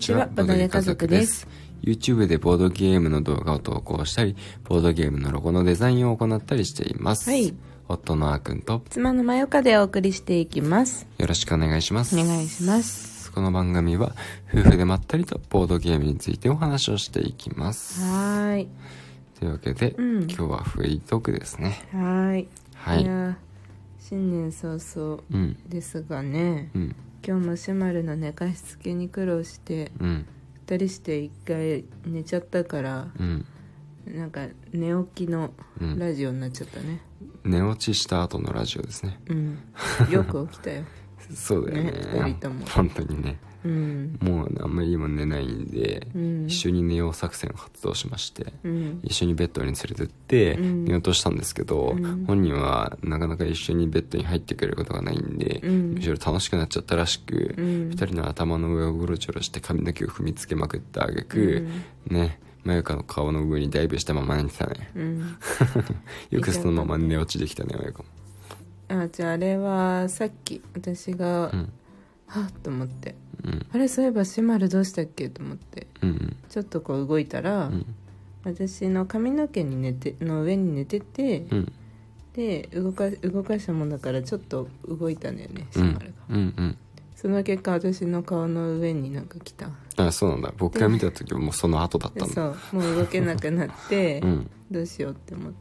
ちは、ボドゲ家族です。 YouTube でボードゲームの動画を投稿したり、ボードゲームのロゴのデザインを行ったりしています。 はい。 夫のあーくんと妻のまよかでお送りしていきます。 よろしくお願いします。 お願いします。 この番組は夫婦でまったりとボードゲームについてお話をしていきます。 はい。 というわけで、今日はフリートークですね。 はい。 はい。 いや新年早々ですがね、今日もシマルの寝かしつけに苦労して、2人して1回寝ちゃったから、なんか寝起きのラジオになっちゃったね。 寝落ちした後のラジオですね。 よく起きたよ。 そうだよね。 2人とも本当にね。もうあんまり今寝ないんで、一緒に寝よう作戦を発動しまして、一緒にベッドに連れてって、寝ようとしたんですけど、本人はなかなか一緒にベッドに入ってくれることがないんで、むしろ楽しくなっちゃったらしく、二人の頭の上をゴロチョロして髪の毛を踏みつけまくった挙句、ね、まゆかの顔の上にダイブしたまま寝てたね。よくそのまま寝落ちできたね、まゆかも。 じゃああれはさっき私が、はっと思って、あれそういえばシマルどうしたっけと思って、ちょっとこう動いたら、私の髪の毛にの上に寝てて、で動かしたもんだからちょっと動いたんだよね、シマルが、その結果私の顔の上になんか来た。 あ、そうなんだ。僕が見た時はもうその後だったんだ。 そう、もう動けなくなって、どうしようって思って、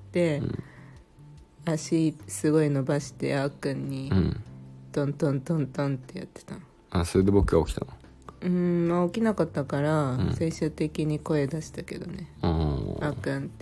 足すごい伸ばしてあーくんに、トントントントンってやってたの。 あ、それで僕が起きたの？ まあ起きなかったから、最終的に声出したけどね、あーくんって。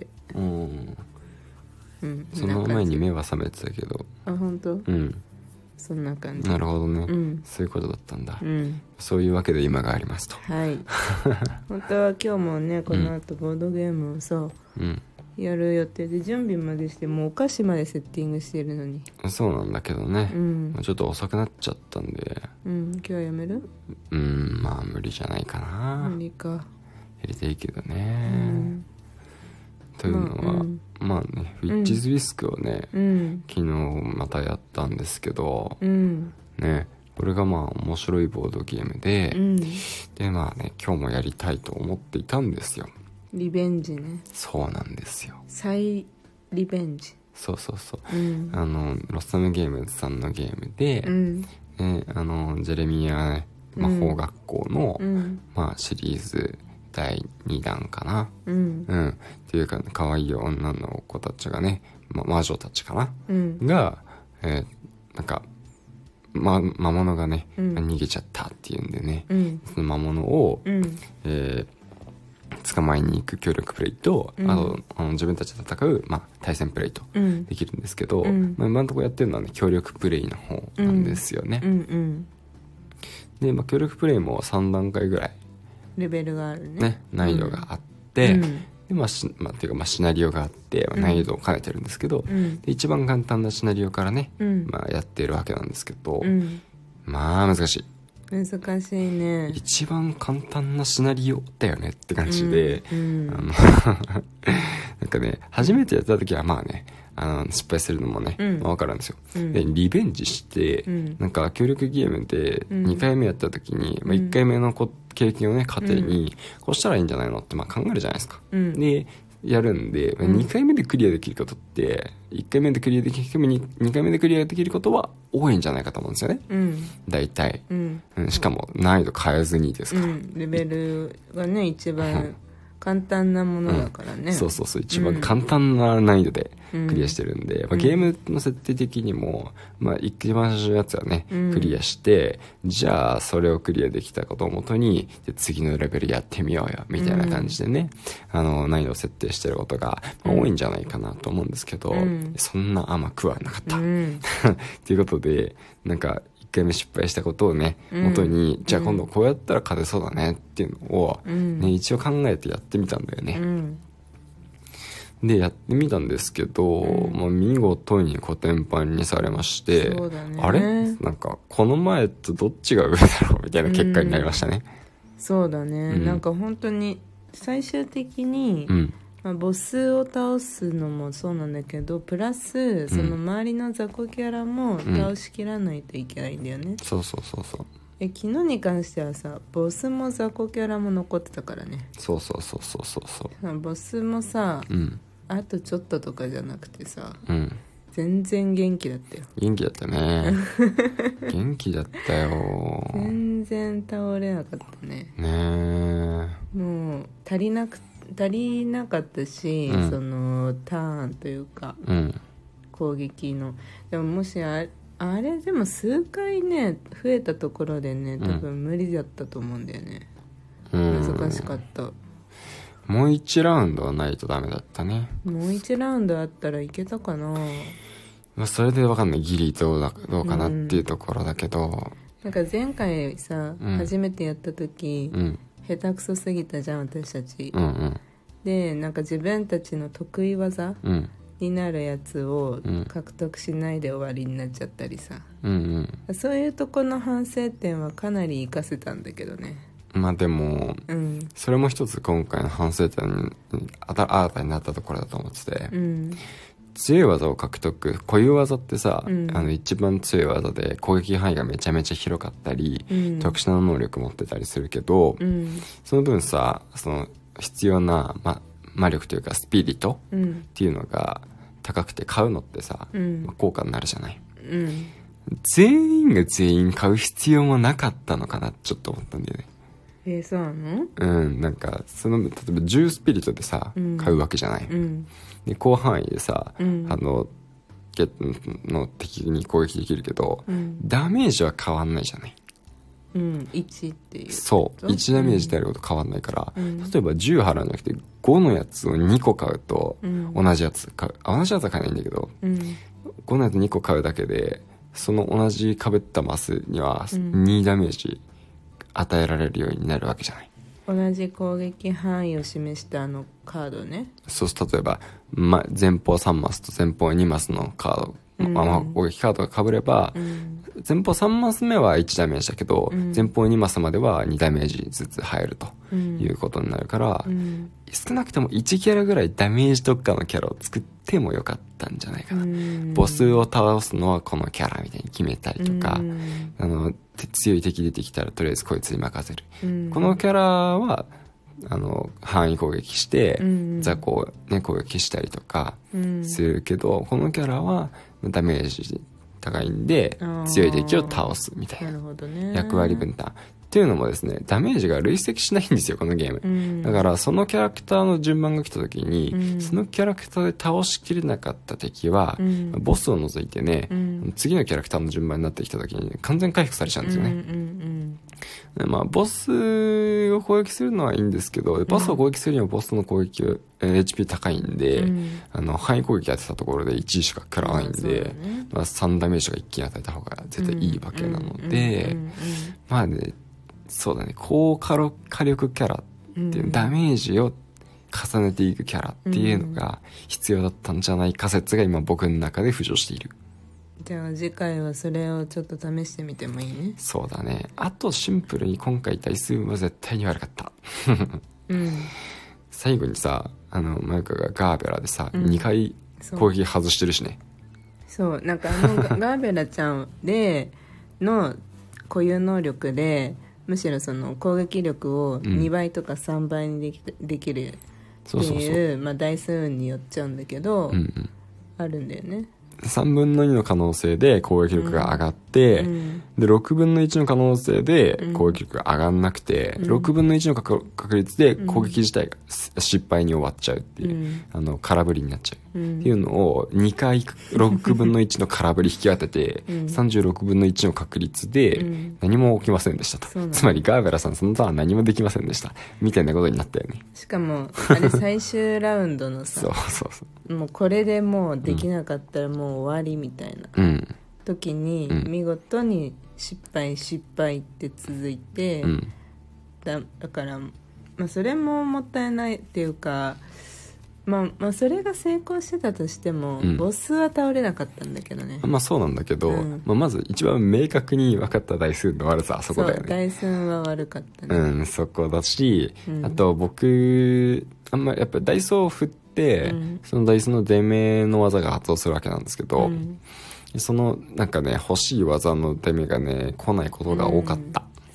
その前に目は覚めてたけど。 あ、本当？そんな感じ。 なるほどね、そういうことだったんだ、そういうわけで今がありますと。 はい本当は今日もね、この後ボードゲームをさ、やる予定で準備までして、もうお菓子までセッティングしてるのに。 そうなんだけどね、ちょっと遅くなっちゃったんで、 今日はやめる？ まあ無理じゃないかな。 無理か。やりたいけどね、というのは、まあね、ウィッチズ・ウィスクをね、昨日またやったんですけど、ね、これがまあ面白いボードゲームで、でまあね、今日もやりたいと思っていたんですよ。 リベンジね。 そうなんですよ。 再リベンジ。 そう、ロッサムゲームズさんのゲームで、ジェレミア魔法学校の、まあ、シリーズ第2弾かな、っていうか、可愛い女の子たちがね、魔女たちかな、が、なんか魔物がね、逃げちゃったっていうんでね、その魔物を、捕まえに行く協力プレイと、あと自分たちで戦う、対戦プレイとできるんですけど、今のところやってるのはね、協力プレイの方なんですよね。で、協力プレイも3段階ぐらいレベルがあるね、 難易度があって、でっていうかシナリオがあって、難易度を兼ねてるんですけど、で一番簡単なシナリオからね、やってるわけなんですけど、まあ難しい。 難しいね。 一番簡単なシナリオだよねって感じで、なんかね、初めてやった時はまあね、失敗するのもね、分かるんですよ。でリベンジして、なんか協力ゲームで2回目やった時に、1回目の経験をね糧にこうしたらいいんじゃないのって考えるじゃないですか。でやるんで、2回目でクリアできることって1回目でクリアできる人も 2回目でクリアできることは多いんじゃないかと思うんですよね、大体、しかも難易度変えずにですから、 レベルがね一番簡単なものだからね、 そう一番簡単な難易度でクリアしてるんで、ゲームの設定的にも、一番最初のやつはね、クリアして、じゃあそれをクリアできたことをもとに次のレベルやってみようよみたいな感じでね、難易度を設定してることが多いんじゃないかなと思うんですけど、そんな甘くはなかった、っていうことで、なんか1回目失敗したことをね元に、じゃあ今度こうやったら勝てそうだねっていうのを、一応考えてやってみたんだよね、でやってみたんですけど、見事にコテンパンにされまして、あれなんかこの前とどっちが上だろうみたいな結果になりましたね、 そうだね、なんか本当に最終的に、ボスを倒すのもそうなんだけど、プラスその周りの雑魚キャラも倒しきらないといけないんだよね、 そう昨日に関してはさ、ボスも雑魚キャラも残ってたからね。 そう。 ボスもさ、 うん。 あとちょっととかじゃなくてさ、 うん。 全然元気だったよ。 元気だったね。元気だったよ。 全然倒れなかったね。 ねえ。もう足りなかったし、 うん、 そのターンというか、 うん、 攻撃の。でももしあれでも数回ね増えたところでね、多分無理だったと思うんだよね。難しかった。 もう1ラウンドはないとダメだったね。 もう1ラウンドあったらいけたかな。 まあ、それで分かんない、ギリどうかなっていうところだけど、 なんか前回さ、初めてやった時、下手くそすぎたじゃん私たち、でなんか自分たちの得意技、になるやつを獲得しないで終わりになっちゃったりさ、そういうとこの反省点はかなり活かせたんだけどね。 まあでも、それも一つ今回の反省点に新たになったところだと思ってて、強い技を獲得、固有技ってさ、一番強い技で攻撃範囲がめちゃめちゃ広かったり、特殊な能力持ってたりするけど、その分さ、その必要な、魔力というかスピリットっていうのが高くて買うのってさ、効果になるじゃない、全員が全員買う必要もなかったのかなってちょっと思ったんだよね。 そうなの？ なんか例えば10スピリットでさ、買うわけじゃない、で広範囲でさ、の敵に攻撃できるけど、ダメージは変わんないじゃない。 1っていう。 そう、1ダメージであること変わんないから、例えば10払うんじゃなくて5のやつを2個買うと、同じやつ買う。同じやつは買えないんだけど、5のやつ2個買うだけで、その同じ被ったマスには2ダメージ与えられるようになるわけじゃない。 同じ攻撃範囲を示したカードね。 そうすると例えば、前方3マスと前方2マスのカード、攻撃カードが被れば、前方3マス目は1ダメージだけど、前方2マスまでは2ダメージずつ入るということになるから、少なくとも1キャラぐらいダメージ特化のキャラを作ってもよかったんじゃないかな。ボスを倒すのはこのキャラみたいに決めたりとか、強い敵出てきたらとりあえずこいつに任せる。このキャラは範囲攻撃して雑魚をね攻撃したりとかするけど、このキャラはダメージ高いんで強い敵を倒すみたいな役割分担っていうのもですね、ダメージが累積しないんですよこのゲーム、だからそのキャラクターの順番が来た時に、そのキャラクターで倒しきれなかった敵は、ボスを除いてね、次のキャラクターの順番になってきた時に完全回復されちゃうんですよね。ボスを攻撃するのはいいんですけど、ボスを攻撃するにはボスの攻撃、HP 高いんで、範囲攻撃やってたところで1しか食らわないんで、3ダメージが一気に与えた方が絶対いいわけなので、そうだね、高火力キャラっていう、ダメージを重ねていくキャラっていうのが必要だったんじゃないか説が今僕の中で浮上している。 じゃあ次回はそれをちょっと試してみてもいいね。 そうだね。あとシンプルに今回対数は絶対に悪かった最後にさ、マユカがガーベラでさ、2回攻撃外してるしね。 そうなんかガーベラちゃんでの固有能力でむしろその攻撃力を2倍とか3倍にできるっていう台数運によっちゃうんだけど、あるんだよね。 3分の2の可能性で攻撃力が上がって、で6分の1の可能性で攻撃力が上がんなくて、6分の1の確率で攻撃自体が失敗に終わっちゃうっていう、空振りになっちゃう、っていうのを2回6分の1の空振り引き当てて、36分の1の確率で何も起きませんでしたと、つまりガーベラさんそのターン何もできませんでしたみたいなことになったよね。 しかもあれ最終ラウンドのさもうこれでもうできなかったらもう終わりみたいな時に見事に失敗って続いて、だから、それももったいないっていうか、それが成功してたとしても、ボスは倒れなかったんだけどね。 そうなんだけど、まず一番明確に分かった台数の悪さはそこだよね。 そう、台数は悪かったね。 そこだし、あと僕あんまやっぱダイソーを振って、そのダイソーの出目の技が発動するわけなんですけど、そのなんかね欲しい技の出目がね来ないことが多かった。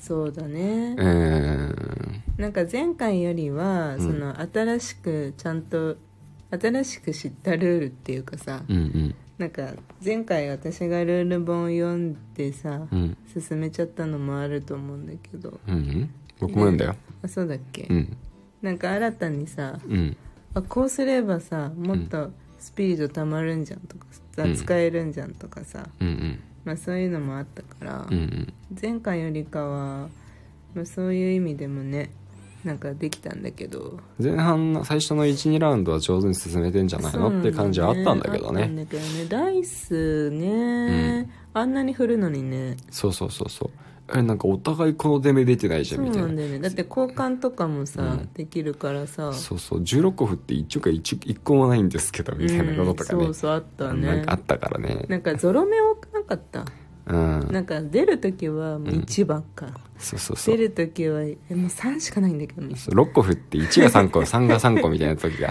そうだね。なんか前回よりは、その新しくちゃんと新しく知ったルールっていうかさ、なんか前回私がルール本を読んでさ、進めちゃったのもあると思うんだけど、 僕も読んだよ。 あ、そうだっけ。なんか新たにさ、こうすればさもっとスピードたまるんじゃんとかさ、使えるんじゃんとかさ、まあ、そういうのもあったから、前回よりかは、まあ、そういう意味でもねなんかできたんだけど、 前半の最初の 1,2 ラウンドは上手に進めてんじゃないのって感じはあったんだけどね。 あったんだけどね、ダイスね、あんなに振るのにね。 そうなんかお互いこの出目出てないじゃんみたいな。 そうなんだよね。だって交換とかもさ、できるからさ。 16個振って1個もないんですけどみたいなこととかね、 そうあったね。 なんかあったからね。 なんかゾロ目多くなかった。なんか出るときは1ばっか、出るときはもう3しかないんだけどね。 6個振って1が3個3が3個みたいな時があって、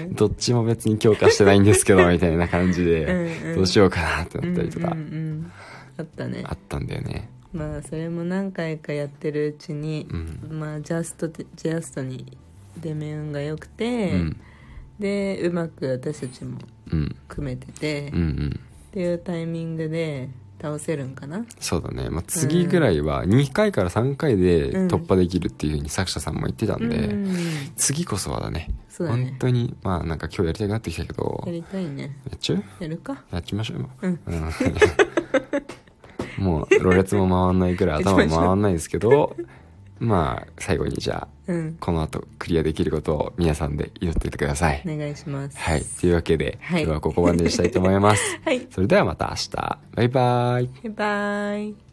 どっちも別に強化してないんですけどみたいな感じでどうしようかなってなったりとか、あったね。あったんだよね。まあそれも何回かやってるうちに、まあジャストに出目運が良くて、でうまく私たちも組めてて、っていうタイミングで倒せるんかな。 そうだね、まあ、次ぐらいは2回から3回で突破できるっていう風に作者さんも言ってたんで、次こそはだね。本当にまあなんか今日やりたくなってきたけど、 やりたいね。 やっちゃう？ やるか。 やっちましょうよ。もうろれつも回んないくらい頭も回んないですけどまあ最後にじゃあ、この後クリアできることを皆さんで祈っていてください。 お願いします。 はい、というわけで、今日はここまでにしたいと思います。それではまた明日。バイバイ。 バイバイ。